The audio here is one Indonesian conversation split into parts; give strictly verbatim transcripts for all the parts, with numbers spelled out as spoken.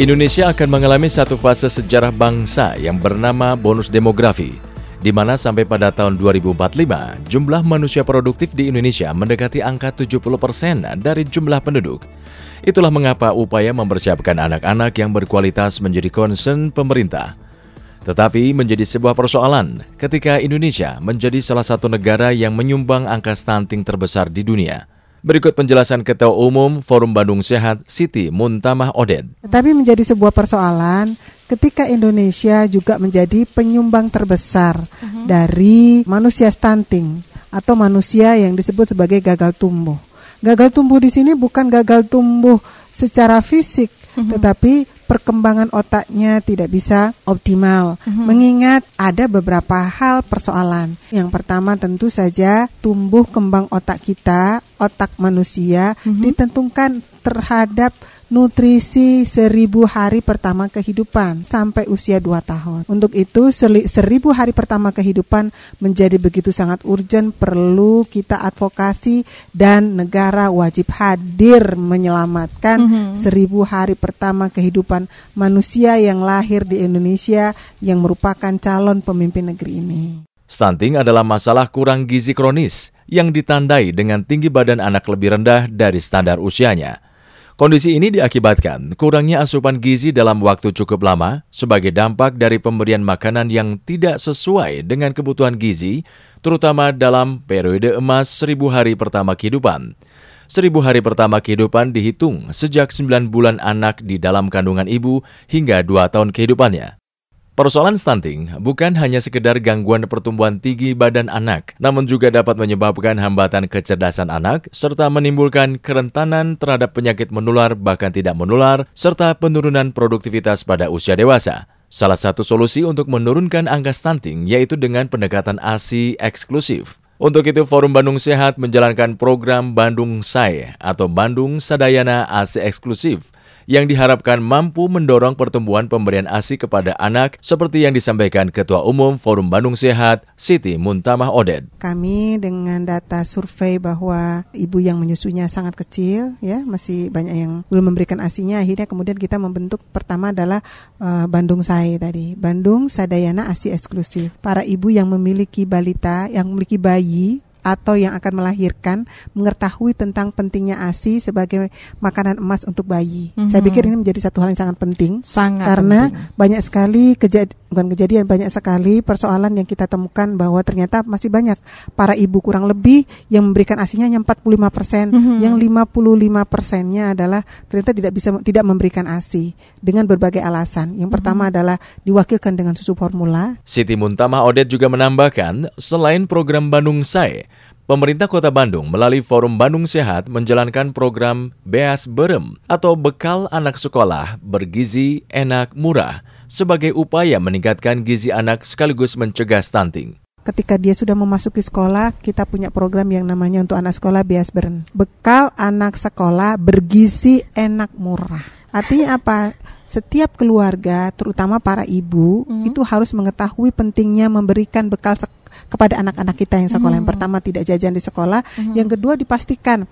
Indonesia akan mengalami satu fase sejarah bangsa yang bernama bonus demografi, di mana sampai pada tahun dua ribu empat puluh lima, jumlah manusia produktif di Indonesia mendekati angka tujuh puluh persen dari jumlah penduduk. Itulah mengapa upaya mempersiapkan anak-anak yang berkualitas menjadi concern pemerintah. Tetapi menjadi sebuah persoalan ketika Indonesia menjadi salah satu negara yang menyumbang angka stunting terbesar di dunia. Berikut penjelasan Ketua Umum Forum Bandung Sehat, Siti Muntamah Oded. Tetapi menjadi sebuah persoalan ketika Indonesia juga menjadi penyumbang terbesar uh-huh. dari manusia stunting atau manusia yang disebut sebagai gagal tumbuh. Gagal tumbuh di sini bukan gagal tumbuh secara fisik, uh-huh. tetapi perkembangan otaknya tidak bisa optimal, uh-huh. mengingat ada beberapa hal persoalan. Yang pertama tentu saja tumbuh kembang otak kita, otak manusia, uh-huh. ditentukan terhadap nutrisi seribu hari pertama kehidupan sampai usia dua tahun. Untuk itu seli, seribu hari pertama kehidupan menjadi begitu sangat urgent, perlu kita advokasi dan negara wajib hadir menyelamatkan mm-hmm. seribu hari pertama kehidupan manusia yang lahir di Indonesia yang merupakan calon pemimpin negeri ini. Stunting adalah masalah kurang gizi kronis yang ditandai dengan tinggi badan anak lebih rendah dari standar usianya. Kondisi ini diakibatkan kurangnya asupan gizi dalam waktu cukup lama sebagai dampak dari pemberian makanan yang tidak sesuai dengan kebutuhan gizi, terutama dalam periode emas seribu hari pertama kehidupan. Seribu hari pertama kehidupan dihitung sejak sembilan bulan anak di dalam kandungan ibu hingga dua tahun kehidupannya. Persoalan stunting bukan hanya sekedar gangguan pertumbuhan tinggi badan anak, namun juga dapat menyebabkan hambatan kecerdasan anak, serta menimbulkan kerentanan terhadap penyakit menular bahkan tidak menular, serta penurunan produktivitas pada usia dewasa. Salah satu solusi untuk menurunkan angka stunting yaitu dengan pendekatan A S I eksklusif. Untuk itu, Forum Bandung Sehat menjalankan program Bandung S A I atau Bandung Sadayana A S I eksklusif, yang diharapkan mampu mendorong pertumbuhan pemberian A S I kepada anak seperti yang disampaikan Ketua Umum Forum Bandung Sehat, Siti Muntamah Oded. Kami dengan data survei bahwa ibu yang menyusunya sangat kecil, ya masih banyak yang belum memberikan A S I-nya, akhirnya kemudian kita membentuk pertama adalah uh, Bandung S A I tadi, Bandung Sadayana A S I eksklusif. Para ibu yang memiliki balita, yang memiliki bayi atau yang akan melahirkan mengetahui tentang pentingnya A S I sebagai makanan emas untuk bayi. Mm-hmm. Saya pikir ini menjadi satu hal yang sangat penting. Sangat karena penting. banyak sekali kejadian, bukan kejadian, banyak sekali persoalan yang kita temukan bahwa ternyata masih banyak para ibu kurang lebih yang memberikan A S I-nya hanya empat puluh lima persen, mm-hmm. yang lima puluh lima persennya adalah ternyata tidak bisa tidak memberikan A S I dengan berbagai alasan. Yang pertama mm-hmm. adalah diwakilkan dengan susu formula. Siti Muntamah Oded juga menambahkan, selain program Bandung S A I, pemerintah Kota Bandung melalui Forum Bandung Sehat menjalankan program Beas Berem atau Bekal Anak Sekolah Bergizi Enak Murah sebagai upaya meningkatkan gizi anak sekaligus mencegah stunting. Ketika dia sudah memasuki sekolah, kita punya program yang namanya untuk anak sekolah Beas Berem. Bekal Anak Sekolah Bergizi Enak Murah. Artinya apa? Setiap keluarga, terutama para ibu, mm-hmm. itu harus mengetahui pentingnya memberikan bekal sekolah kepada anak-anak kita yang sekolah. Mm-hmm. Yang pertama tidak jajan di sekolah, mm-hmm. yang kedua dipastikan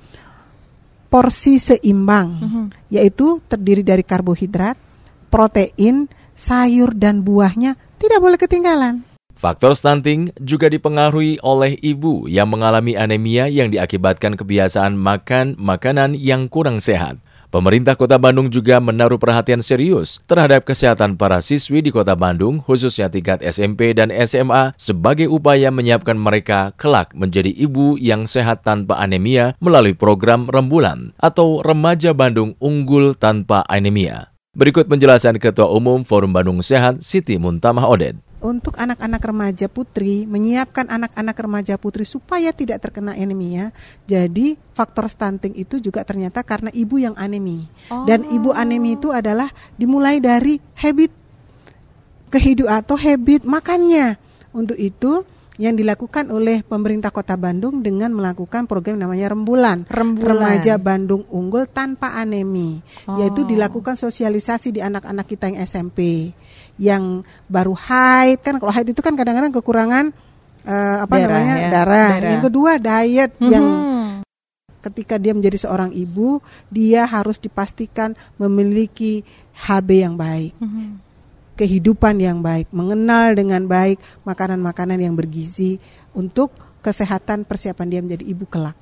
porsi seimbang, mm-hmm. yaitu terdiri dari karbohidrat, protein, sayur dan buahnya tidak boleh ketinggalan. Faktor stunting juga dipengaruhi oleh ibu yang mengalami anemia yang diakibatkan kebiasaan makan makanan yang kurang sehat. Pemerintah Kota Bandung juga menaruh perhatian serius terhadap kesehatan para siswi di Kota Bandung, khususnya tingkat S M P dan S M A, sebagai upaya menyiapkan mereka kelak menjadi ibu yang sehat tanpa anemia melalui program Rembulan atau Remaja Bandung Unggul Tanpa Anemia. Berikut penjelasan Ketua Umum Forum Bandung Sehat, Siti Muntamah Oded. Untuk anak-anak remaja putri, menyiapkan anak-anak remaja putri supaya tidak terkena anemia. Jadi faktor stunting itu juga ternyata karena ibu yang anemi. Oh. Dan ibu anemi itu adalah dimulai dari habit kehidupan atau habit makannya. Untuk itu yang dilakukan oleh pemerintah Kota Bandung dengan melakukan program namanya Rembulan, Rembulan. Remaja Bandung Unggul Tanpa Anemi, oh. yaitu dilakukan sosialisasi di anak-anak kita yang S M P, yang baru haid, kan kalau haid itu kan kadang-kadang kekurangan uh, apa darah, namanya ya. darah. darah. Yang kedua diet mm-hmm. yang ketika dia menjadi seorang ibu, dia harus dipastikan memiliki H B yang baik, mm-hmm. kehidupan yang baik, mengenal dengan baik makanan-makanan yang bergizi untuk kesehatan persiapan dia menjadi ibu kelak.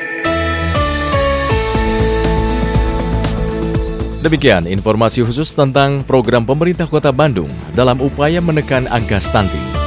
Demikian informasi khusus tentang program pemerintah Kota Bandung dalam upaya menekan angka stunting.